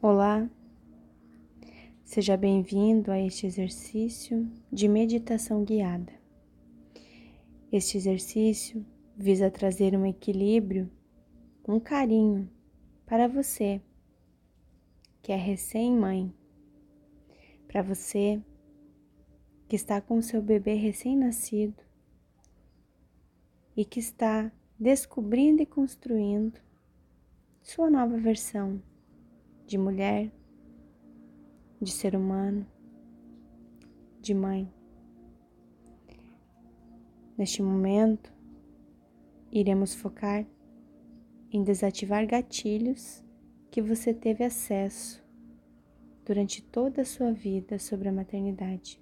Olá, seja bem-vindo a este exercício de meditação guiada. Este exercício visa trazer um equilíbrio, um carinho para você que é recém-mãe, para você que está com seu bebê recém-nascido e que está descobrindo e construindo sua nova versão de mulher, de ser humano, de mãe. Neste momento, iremos focar em desativar gatilhos que você teve acesso durante toda a sua vida sobre a maternidade.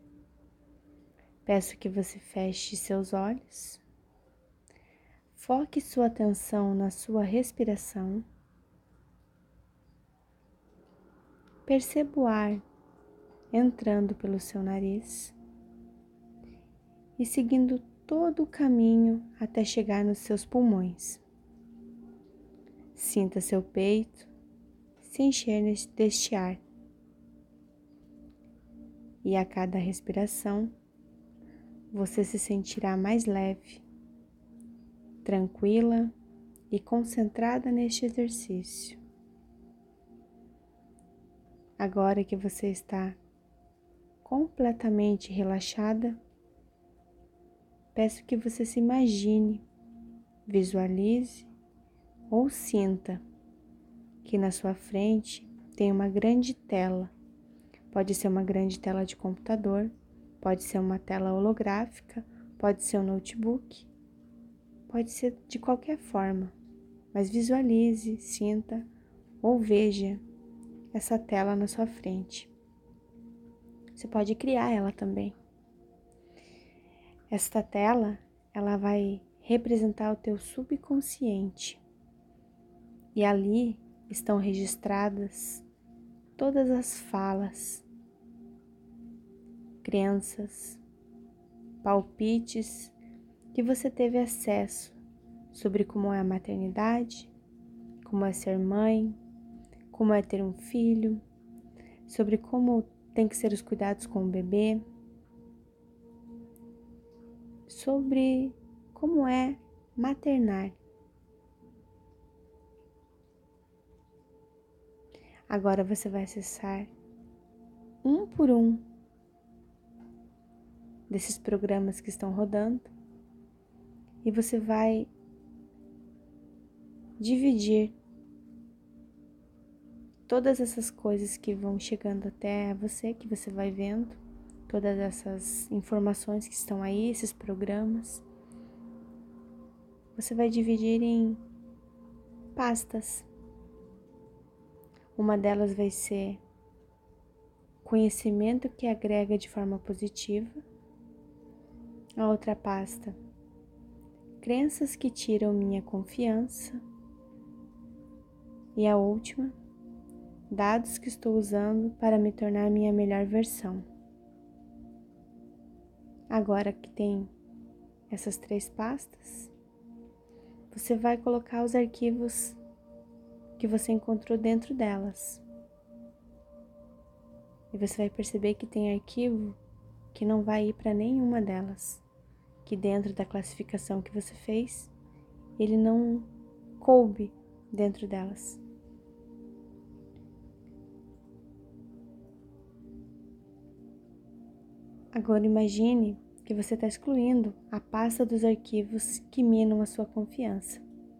Peço que você feche seus olhos, foque sua atenção na sua respiração, perceba o ar entrando pelo seu nariz e seguindo todo o caminho até chegar nos seus pulmões. Sinta seu peito se encher deste ar. E a cada respiração, você se sentirá mais leve, tranquila e concentrada neste exercício. Agora que você está completamente relaxada, peço que você se imagine, visualize ou sinta que na sua frente tem uma grande tela. Pode ser uma grande tela de computador, pode ser uma tela holográfica, pode ser um notebook, pode ser de qualquer forma, mas visualize, sinta ou veja essa tela na sua frente. Você pode criar ela também. Esta tela, ela vai representar o teu subconsciente. E ali estão registradas todas as falas, crenças, palpites que você teve acesso sobre como é a maternidade, como é ser mãe, como é ter um filho, sobre como tem que ser os cuidados com o bebê, sobre como é maternar. Agora você vai acessar um por um desses programas que estão rodando e você vai dividir todas essas coisas que vão chegando até você, que você vai vendo, todas essas informações que estão aí, esses programas. Você vai dividir em pastas. Uma delas vai ser conhecimento que agrega de forma positiva. A outra pasta, crenças que tiram minha confiança. E a última, dados que estou usando para me tornar minha melhor versão. Agora que tem essas 3 pastas, você vai colocar os arquivos que você encontrou dentro delas. E você vai perceber que tem arquivo que não vai ir para nenhuma delas, que dentro da classificação que você fez, ele não coube dentro delas. Agora imagine que você está excluindo a pasta dos arquivos que minam a sua confiança.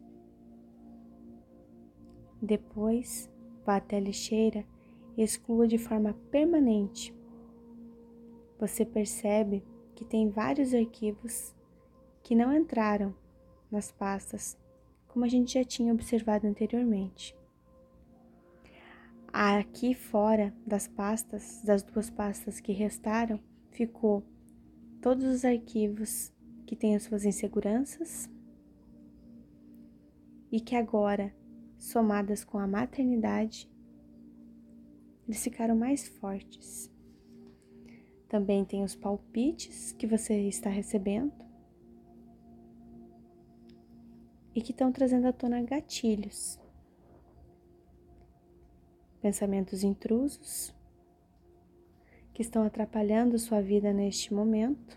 Depois, vá até a lixeira e exclua de forma permanente. Você percebe que tem vários arquivos que não entraram nas pastas, como a gente já tinha observado anteriormente. Aqui fora das pastas, das 2 pastas que restaram, ficou todos os arquivos que têm as suas inseguranças e que agora, somadas com a maternidade, eles ficaram mais fortes. Também tem os palpites que você está recebendo e que estão trazendo à tona gatilhos. pensamentos intrusos que estão atrapalhando sua vida neste momento.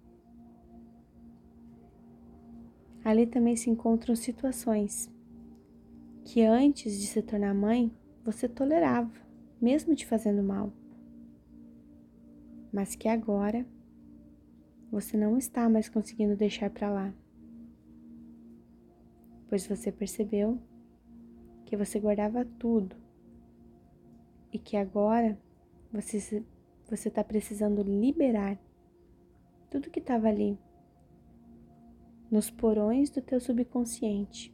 Ali também se encontram situações que antes de se tornar mãe, você tolerava, mesmo te fazendo mal. Mas que agora você não está mais conseguindo deixar para lá. Pois você percebeu que você guardava tudo e que agora você está precisando liberar tudo que estava ali nos porões do teu subconsciente.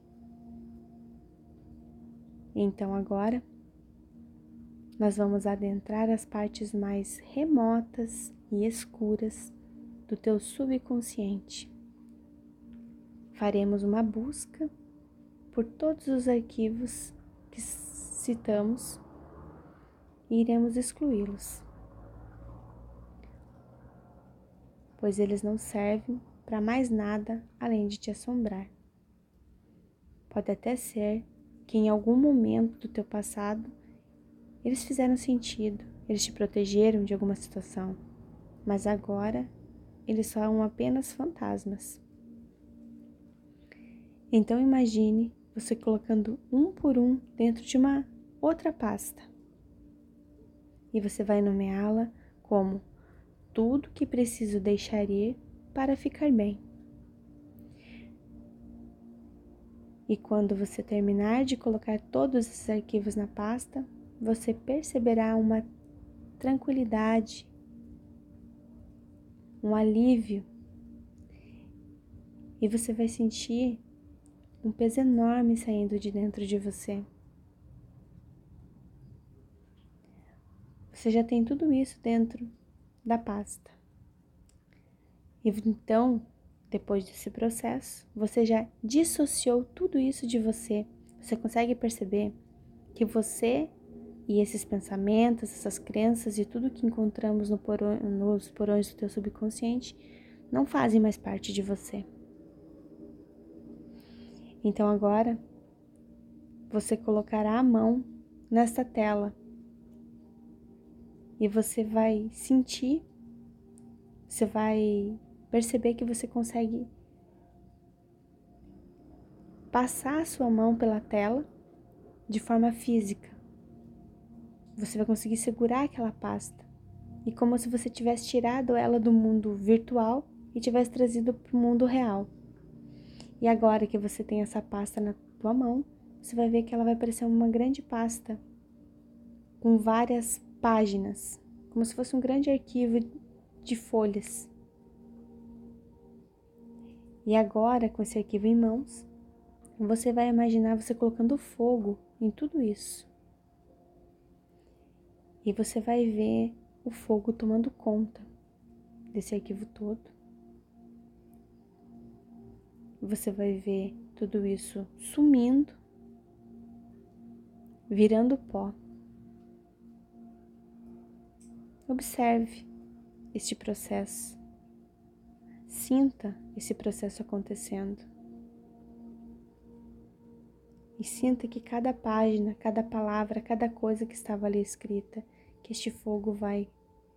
Então agora nós vamos adentrar as partes mais remotas e escuras do teu subconsciente. Faremos uma busca por todos os arquivos que citamos e iremos excluí-los, pois eles não servem para mais nada além de te assombrar. Pode até ser que em algum momento do teu passado eles fizeram sentido, eles te protegeram de alguma situação, mas agora eles são apenas fantasmas. Então imagine você colocando um por um dentro de uma outra pasta. E você vai nomeá-la como tudo que preciso deixar ir para ficar bem. E quando você terminar de colocar todos esses arquivos na pasta, você perceberá uma tranquilidade, um alívio. E você vai sentir um peso enorme saindo de dentro de você. Você já tem tudo isso dentro da pasta. E então, depois desse processo, você já dissociou tudo isso de você. Você consegue perceber que você e esses pensamentos, essas crenças e tudo que encontramos nos porões do teu subconsciente não fazem mais parte de você. Então agora, você colocará a mão nesta tela e você vai sentir, você vai perceber que você consegue passar a sua mão pela tela de forma física. Você vai conseguir segurar aquela pasta e como se você tivesse tirado ela do mundo virtual e tivesse trazido para o mundo real. E agora que você tem essa pasta na tua mão, você vai ver que ela vai parecer uma grande pasta com várias páginas, como se fosse um grande arquivo de folhas. E agora, com esse arquivo em mãos, você vai imaginar você colocando fogo em tudo isso. E você vai ver o fogo tomando conta desse arquivo todo. Você vai ver tudo isso sumindo, virando pó. Observe este processo. Sinta esse processo acontecendo. E sinta que cada página, cada palavra, cada coisa que estava ali escrita, que este fogo vai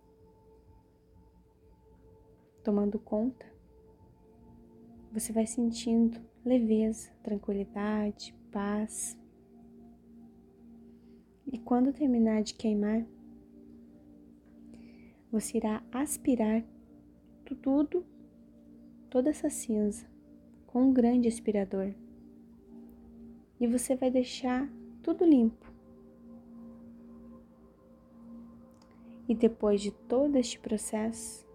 tomando conta. Você vai sentindo leveza, tranquilidade, paz. E quando terminar de queimar, você irá aspirar tudo, toda essa cinza, com um grande aspirador. E você vai deixar tudo limpo. E depois de todo este processo,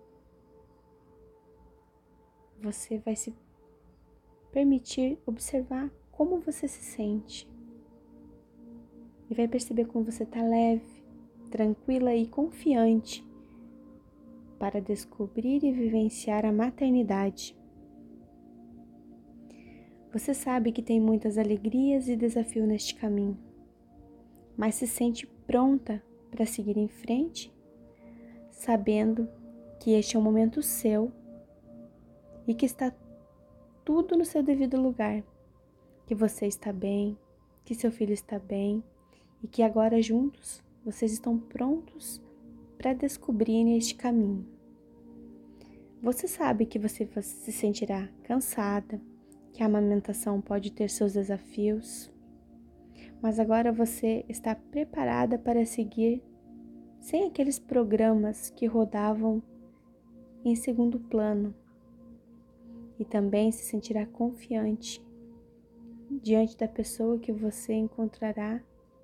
você vai se permitir observar como você se sente. E vai perceber como você está leve, tranquila e confiante para descobrir e vivenciar a maternidade. Você sabe que tem muitas alegrias e desafios neste caminho, mas se sente pronta para seguir em frente, sabendo que este é um momento seu e que está tudo no seu devido lugar, que você está bem, que seu filho está bem e que agora juntos vocês estão prontos para descobrirem este caminho. Você sabe que você se sentirá cansada, que a amamentação pode ter seus desafios, mas agora você está preparada para seguir sem aqueles programas que rodavam em segundo plano, e também se sentirá confiante diante da pessoa que você encontrará,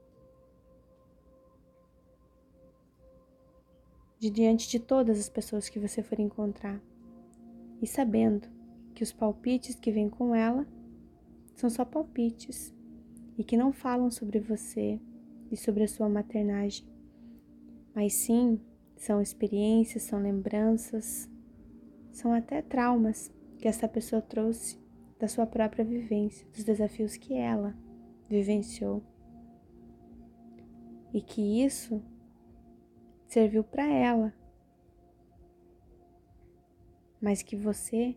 diante de todas as pessoas que você for encontrar, e sabendo que os palpites que vêm com ela são só palpites e que não falam sobre você e sobre a sua maternagem, mas sim são experiências, são lembranças, são até traumas que essa pessoa trouxe da sua própria vivência, dos desafios que ela vivenciou. E que isso serviu para ela, mas que você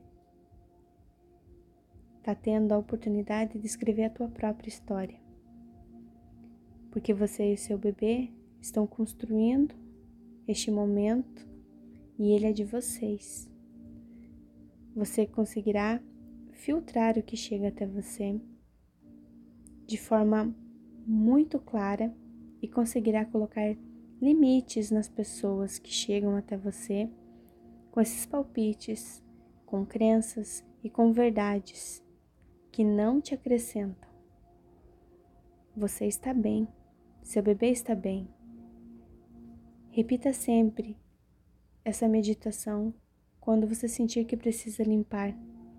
está tendo a oportunidade de escrever a tua própria história. Porque você e seu bebê estão construindo este momento e ele é de vocês. Você conseguirá filtrar o que chega até você de forma muito clara e conseguirá colocar limites nas pessoas que chegam até você com esses palpites, com crenças e com verdades que não te acrescentam. Você está bem, seu bebê está bem. Repita sempre essa meditação quando você sentir que precisa limpar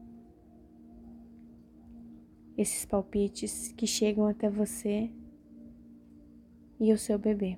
esses palpites que chegam até você e o seu bebê.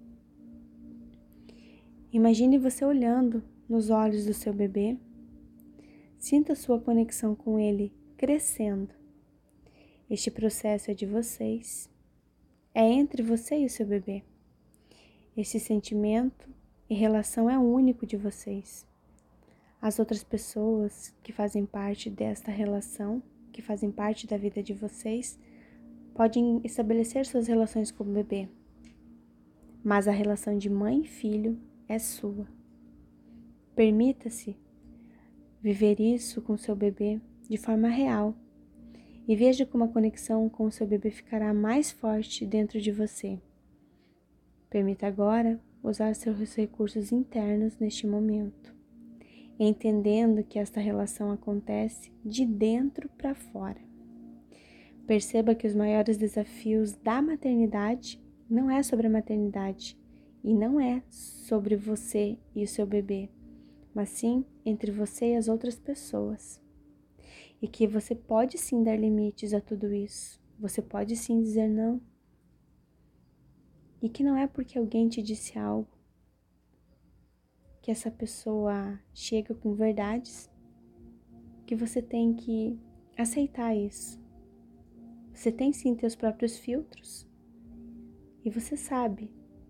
Imagine você olhando nos olhos do seu bebê, sinta sua conexão com ele crescendo. Este processo é de vocês, é entre você e o seu bebê. Esse sentimento e relação é único de vocês. As outras pessoas que fazem parte desta relação, que fazem parte da vida de vocês, podem estabelecer suas relações com o bebê, mas a relação de mãe e filho é sua. Permita-se viver isso com seu bebê de forma real e veja como a conexão com o seu bebê ficará mais forte dentro de você. Permita agora usar seus recursos internos neste momento, entendendo que esta relação acontece de dentro para fora. Perceba que os maiores desafios da maternidade não é sobre a maternidade e não é sobre você e o seu bebê, mas sim entre você e as outras pessoas. E que você pode sim dar limites a tudo isso, você pode sim dizer não. E que não é porque alguém te disse algo que essa pessoa chega com verdades que você tem que aceitar isso. Você tem sim teus próprios filtros e você sabe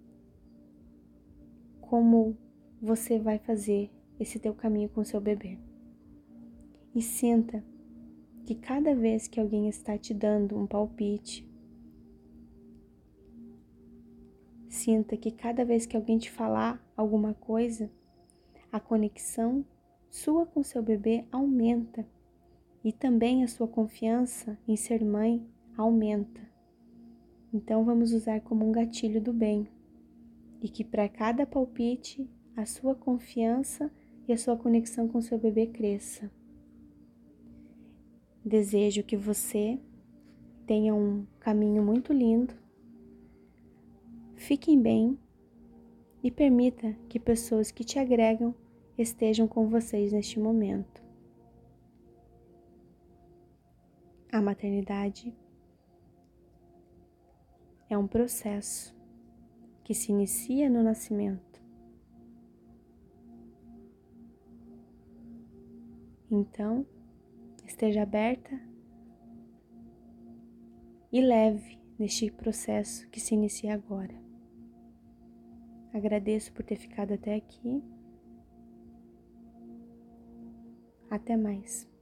como você vai fazer esse teu caminho com seu bebê. E sinta que cada vez que alguém está te dando um palpite, sinta que cada vez que alguém te falar alguma coisa, a conexão sua com seu bebê aumenta e também a sua confiança em ser mãe aumenta. Então vamos usar como um gatilho do bem e que para cada palpite a sua confiança e a sua conexão com seu bebê cresça. Desejo que você tenha um caminho muito lindo. Fiquem bem e permita que pessoas que te agregam estejam com vocês neste momento. A maternidade é um processo que se inicia no nascimento. Então, esteja aberta e leve neste processo que se inicia agora. Agradeço por ter ficado até aqui. Até mais.